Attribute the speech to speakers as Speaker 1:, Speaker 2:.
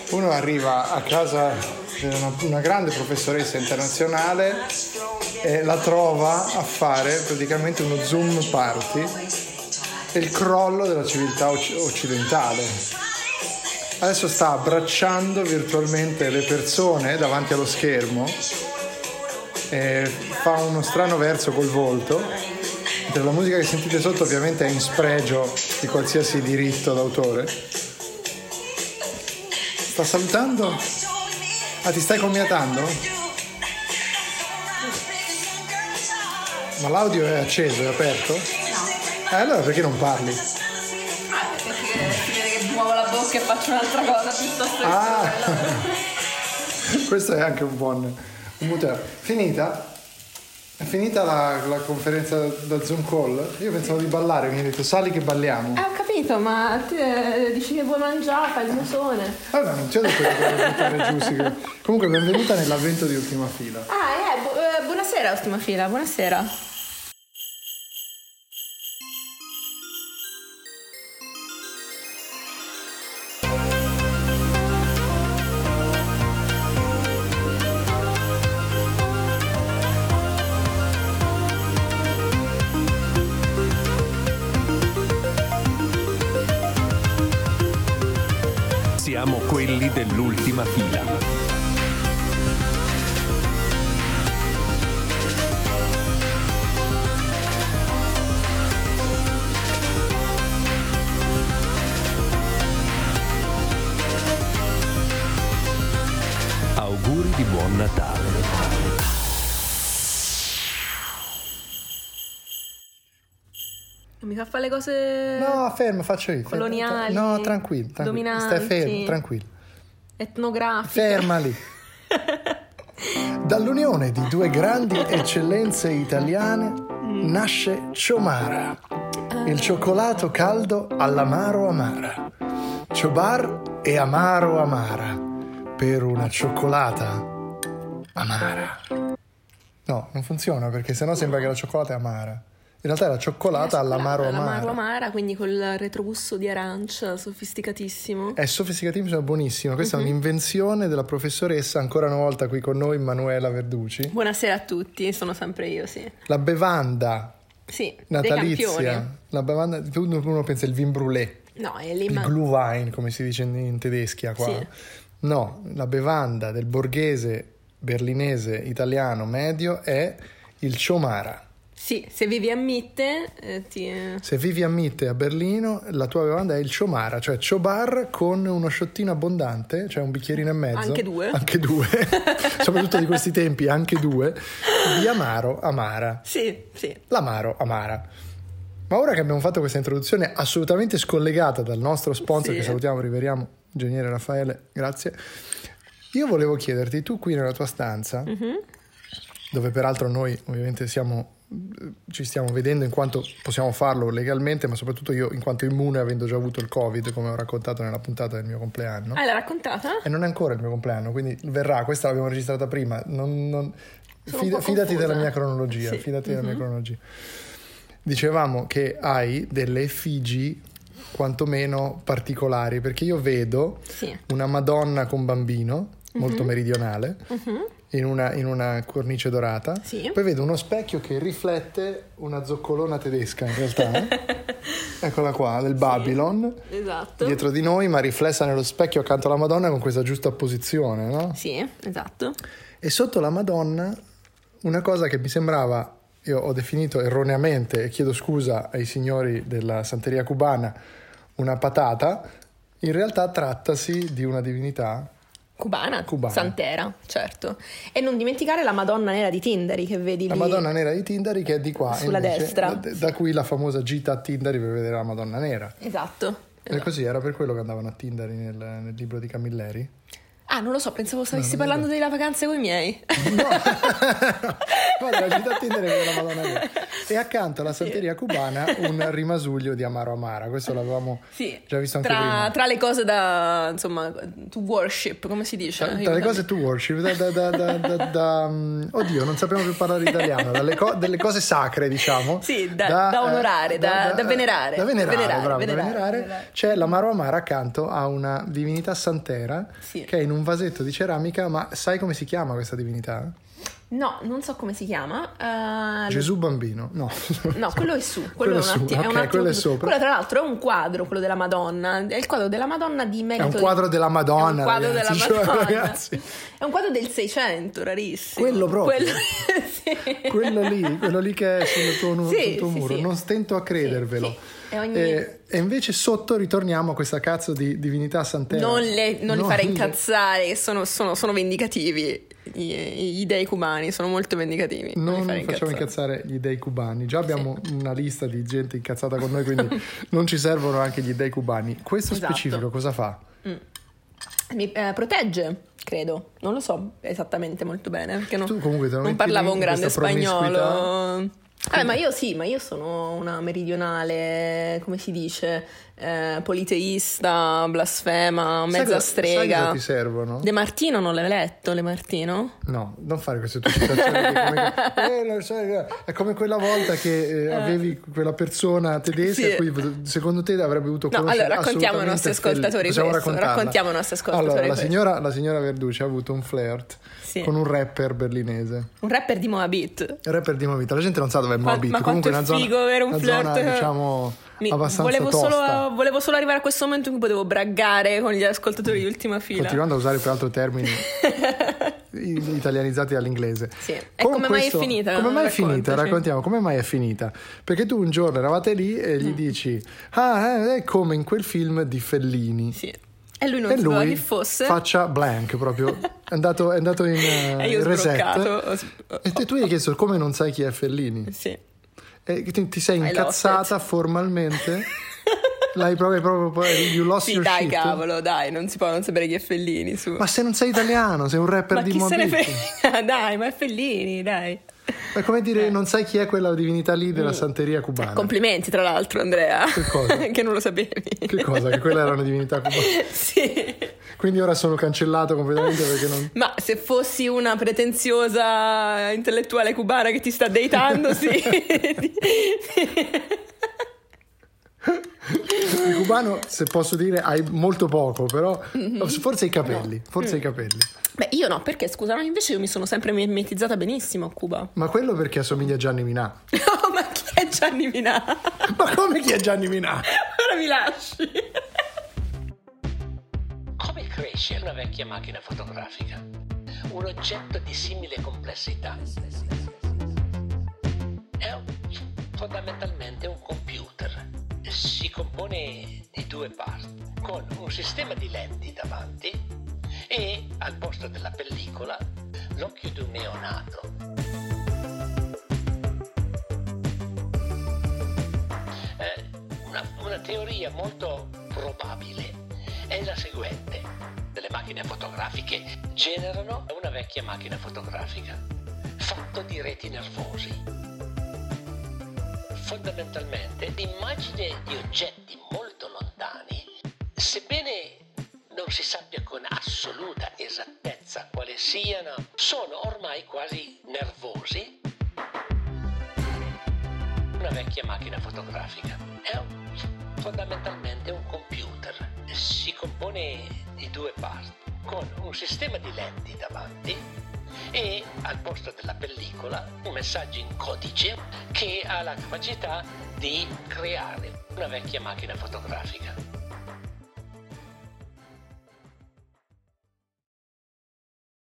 Speaker 1: Uno arriva a casa di una grande professoressa internazionale e la trova a fare praticamente uno Zoom party e il crollo della civiltà occidentale. Adesso sta abbracciando virtualmente le persone davanti allo schermo e fa uno strano verso col volto. La musica che sentite sotto ovviamente è in spregio di qualsiasi diritto d'autore. Sta salutando? Ah, ti stai commiatando? Ma l'audio è acceso, è aperto? Allora perché non parli?
Speaker 2: Perché si vede che muovo la bocca e faccio un'altra cosa piuttosto che
Speaker 1: questo è anche un buon mutare. Finita? È finita la conferenza da Zoom call? Io pensavo di ballare, mi hai detto sali che balliamo.
Speaker 2: ho capito, ma te dici che vuoi mangiare, fai il musone.
Speaker 1: Allora non ti ho detto che devo buttare giù. Comunque benvenuta nell'avvento di Ultima Fila.
Speaker 2: Buonasera Ultima Fila, buonasera.
Speaker 3: Siamo quelli dell'ultima fila. Auguri di buon Natale.
Speaker 2: Mi fa fare le cose
Speaker 1: No, fermo, faccio io.
Speaker 2: coloniali,
Speaker 1: No, tranquillo.
Speaker 2: dominanti,
Speaker 1: Stai fermo, tranquillo.
Speaker 2: etnografiche.
Speaker 1: Ferma lì. Dall'unione di due grandi eccellenze italiane nasce Ciomara, il cioccolato caldo all'amaro amara. Ciobar e amaro amara, per una cioccolata amara. No, non funziona perché sennò sembra che la cioccolata è amara. In realtà è la cioccolata all'amaro
Speaker 2: All'amaro
Speaker 1: amara.
Speaker 2: amara, quindi col retrogusto di arancia, sofisticatissimo.
Speaker 1: È sofisticatissimo e buonissimo. Questa è un'invenzione della professoressa, ancora una volta qui con noi, Manuela Verducci.
Speaker 2: Buonasera a tutti, sono sempre io, sì.
Speaker 1: La bevanda
Speaker 2: Sì,
Speaker 1: natalizia,
Speaker 2: dei campioni.
Speaker 1: la bevanda, uno pensa il vin brûlé,
Speaker 2: No, è lì,
Speaker 1: il Glühwein come si dice in tedeschia qua.
Speaker 2: Sì.
Speaker 1: No, la bevanda del borghese berlinese italiano medio è il Ciomara.
Speaker 2: Sì, se vivi a Mitte,
Speaker 1: Se vivi a Mitte a Berlino, la tua bevanda è il Ciomara, cioè Ciobar con uno sciottino abbondante, cioè un bicchierino e mezzo.
Speaker 2: Anche due.
Speaker 1: Soprattutto di questi tempi, anche due, di amaro amara.
Speaker 2: Sì, sì.
Speaker 1: L'amaro amara. Ma ora che abbiamo fatto questa introduzione assolutamente scollegata dal nostro sponsor,
Speaker 2: Sì.
Speaker 1: che salutiamo, riveriamo, ingegnere Raffaele, grazie, io volevo chiederti, tu qui nella tua stanza, dove peraltro noi ovviamente ci stiamo vedendo in quanto possiamo farlo legalmente, ma soprattutto io in quanto immune, avendo già avuto il Covid, come ho raccontato nella puntata del mio compleanno.
Speaker 2: Ah, l'hai raccontata?
Speaker 1: E non è ancora il mio compleanno, quindi verrà, questa l'abbiamo registrata prima,
Speaker 2: Sono un po'
Speaker 1: fidati della
Speaker 2: confusa.
Speaker 1: mia cronologia,
Speaker 2: Sì.
Speaker 1: fidati della mia cronologia. Dicevamo che hai delle effigi quantomeno particolari, perché io vedo
Speaker 2: Sì.
Speaker 1: una Madonna con bambino, molto meridionale, in una cornice dorata.
Speaker 2: Sì.
Speaker 1: Poi vedo uno specchio che riflette una zoccolona tedesca, in realtà. Eccola qua, del Babylon,
Speaker 2: Esatto.
Speaker 1: dietro di noi, ma riflessa nello specchio accanto alla Madonna con questa giusta posizione, no?
Speaker 2: Sì, esatto.
Speaker 1: E sotto la Madonna una cosa che mi sembrava, io ho definito erroneamente, e chiedo scusa ai signori della Santeria Cubana, una patata, in realtà trattasi di una divinità
Speaker 2: Cubana,
Speaker 1: Cubana.
Speaker 2: Santera, certo. E non dimenticare la Madonna Nera di Tindari che vedi
Speaker 1: la
Speaker 2: lì.
Speaker 1: Madonna Nera di Tindari, che è di qua
Speaker 2: Sulla
Speaker 1: invece,
Speaker 2: destra.
Speaker 1: da cui la famosa gita a Tindari per vedere la Madonna Nera.
Speaker 2: Esatto.
Speaker 1: E così era per quello che andavano a Tindari nel libro di Camilleri.
Speaker 2: Ah, non lo so, pensavo stessi parlando delle vacanze con i miei.
Speaker 1: No, guarda, la città Tindere della Madonna Mia. E accanto alla santeria cubana un rimasuglio di Amaro Amara, questo l'avevamo già visto anche prima.
Speaker 2: Tra le cose da, insomma, to worship, come si dice?
Speaker 1: Tra le cose to worship, oddio, non sappiamo più parlare italiano, delle cose sacre, diciamo.
Speaker 2: Sì, da onorare, da venerare.
Speaker 1: Da venerare. C'è l'Amaro Amara accanto a una divinità santera che è in un vasetto di ceramica, ma sai come si chiama questa divinità?
Speaker 2: No, non so come si chiama.
Speaker 1: Gesù bambino? No,
Speaker 2: quello è su. Quello è sopra. Quello tra l'altro è un quadro, quello della Madonna. È il quadro della Madonna di merito.
Speaker 1: È un quadro della Madonna.
Speaker 2: È un quadro
Speaker 1: ragazzi,
Speaker 2: della Madonna.
Speaker 1: Ragazzi.
Speaker 2: È un quadro del 600, rarissimo.
Speaker 1: Quello proprio.
Speaker 2: Sì.
Speaker 1: Quello lì che è sul tuo muro.
Speaker 2: Sì.
Speaker 1: Non stento a credervelo.
Speaker 2: Sì.
Speaker 1: E invece sotto ritorniamo a questa cazzo di divinità santera.
Speaker 2: Non li fare incazzare, che sono vendicativi. Gli dei cubani sono molto vendicativi.
Speaker 1: Non facciamo incazzare gli dei cubani. Già abbiamo una lista di gente incazzata con noi, quindi non ci servono anche gli dei cubani. Questo specifico cosa fa?
Speaker 2: Mi protegge, credo. Non lo so esattamente molto bene, perché
Speaker 1: tu comunque
Speaker 2: non parlavo un grande spagnolo. Ma io sono una meridionale, come si dice, politeista, blasfema, mezza strega.
Speaker 1: Sai cosa ti servono?
Speaker 2: De Martino non l'hai letto, De Martino?
Speaker 1: No, non fare queste tue citazioni è come quella volta che avevi quella persona tedesca e poi secondo te avrebbe avuto conoscere.
Speaker 2: Allora raccontiamo ai nostri ascoltatori
Speaker 1: raccontiamo ai nostri ascoltatori. Allora, la signora Verducci ha avuto un flirt con un rapper berlinese.
Speaker 2: Un rapper di Moabit.
Speaker 1: La gente non sa dove è Moabit.
Speaker 2: Ma
Speaker 1: comunque
Speaker 2: è figo avere un flirt.
Speaker 1: Zona, diciamo, abbastanza tosta.
Speaker 2: Volevo solo arrivare a questo momento in cui potevo braggare con gli ascoltatori di ultima fila.
Speaker 1: Continuando a usare peraltro termini italianizzati all'inglese.
Speaker 2: Sì. E come mai è finita?
Speaker 1: Come mai è finita? Raccontiamo come mai è finita. Perché tu un giorno eravate lì e gli dici è come in quel film di Fellini.
Speaker 2: Sì. E lui non sapeva chi fosse.
Speaker 1: Faccia blank proprio. È andato in reset. E tu gli hai chiesto come non sai chi è Fellini.
Speaker 2: Sì.
Speaker 1: E ti sei incazzata formalmente. L'hai proprio you lost your
Speaker 2: dai
Speaker 1: shit.
Speaker 2: Cavolo, dai, non si può non sapere chi è Fellini, su.
Speaker 1: Ma se non sei italiano, sei un rapper di Moabit. Ma chi se ne
Speaker 2: frega? Dai, ma è Fellini, dai.
Speaker 1: È come dire non sai chi è quella divinità lì della santeria cubana.
Speaker 2: Complimenti tra l'altro, Andrea.
Speaker 1: Che cosa?
Speaker 2: Che non lo sapevi.
Speaker 1: Che cosa? Che quella era una divinità cubana?
Speaker 2: Sì.
Speaker 1: Quindi ora sono cancellato completamente perché non...
Speaker 2: Ma se fossi una pretenziosa intellettuale cubana che ti sta datando, sì.
Speaker 1: Di cubano, se posso dire, hai molto poco, però forse i capelli, i capelli.
Speaker 2: Beh, io no, perché scusa, invece io mi sono sempre mimetizzata benissimo a Cuba.
Speaker 1: Ma quello perché assomiglia a Gianni Minà.
Speaker 2: No, ma chi è Gianni Minà?
Speaker 1: Ma come chi è Gianni Minà?
Speaker 2: Ora mi lasci.
Speaker 4: Come cresce una vecchia macchina fotografica? Un oggetto di simile complessità. È fondamentalmente un computer. Si compone di due parti, con un sistema di lenti davanti e al posto della pellicola l'occhio di un neonato. Una teoria molto probabile è la seguente: delle macchine fotografiche generano una vecchia macchina fotografica fatto di reti nervosi. Fondamentalmente l'immagine di oggetti molto lontani, sebbene non si sappia con assoluta esattezza quale siano, sono ormai quasi nervosi. Una vecchia macchina fotografica è fondamentalmente un computer. Si compone di due parti, con un sistema di lenti davanti e al posto della pellicola un messaggio in codice che ha la capacità di creare una vecchia macchina fotografica.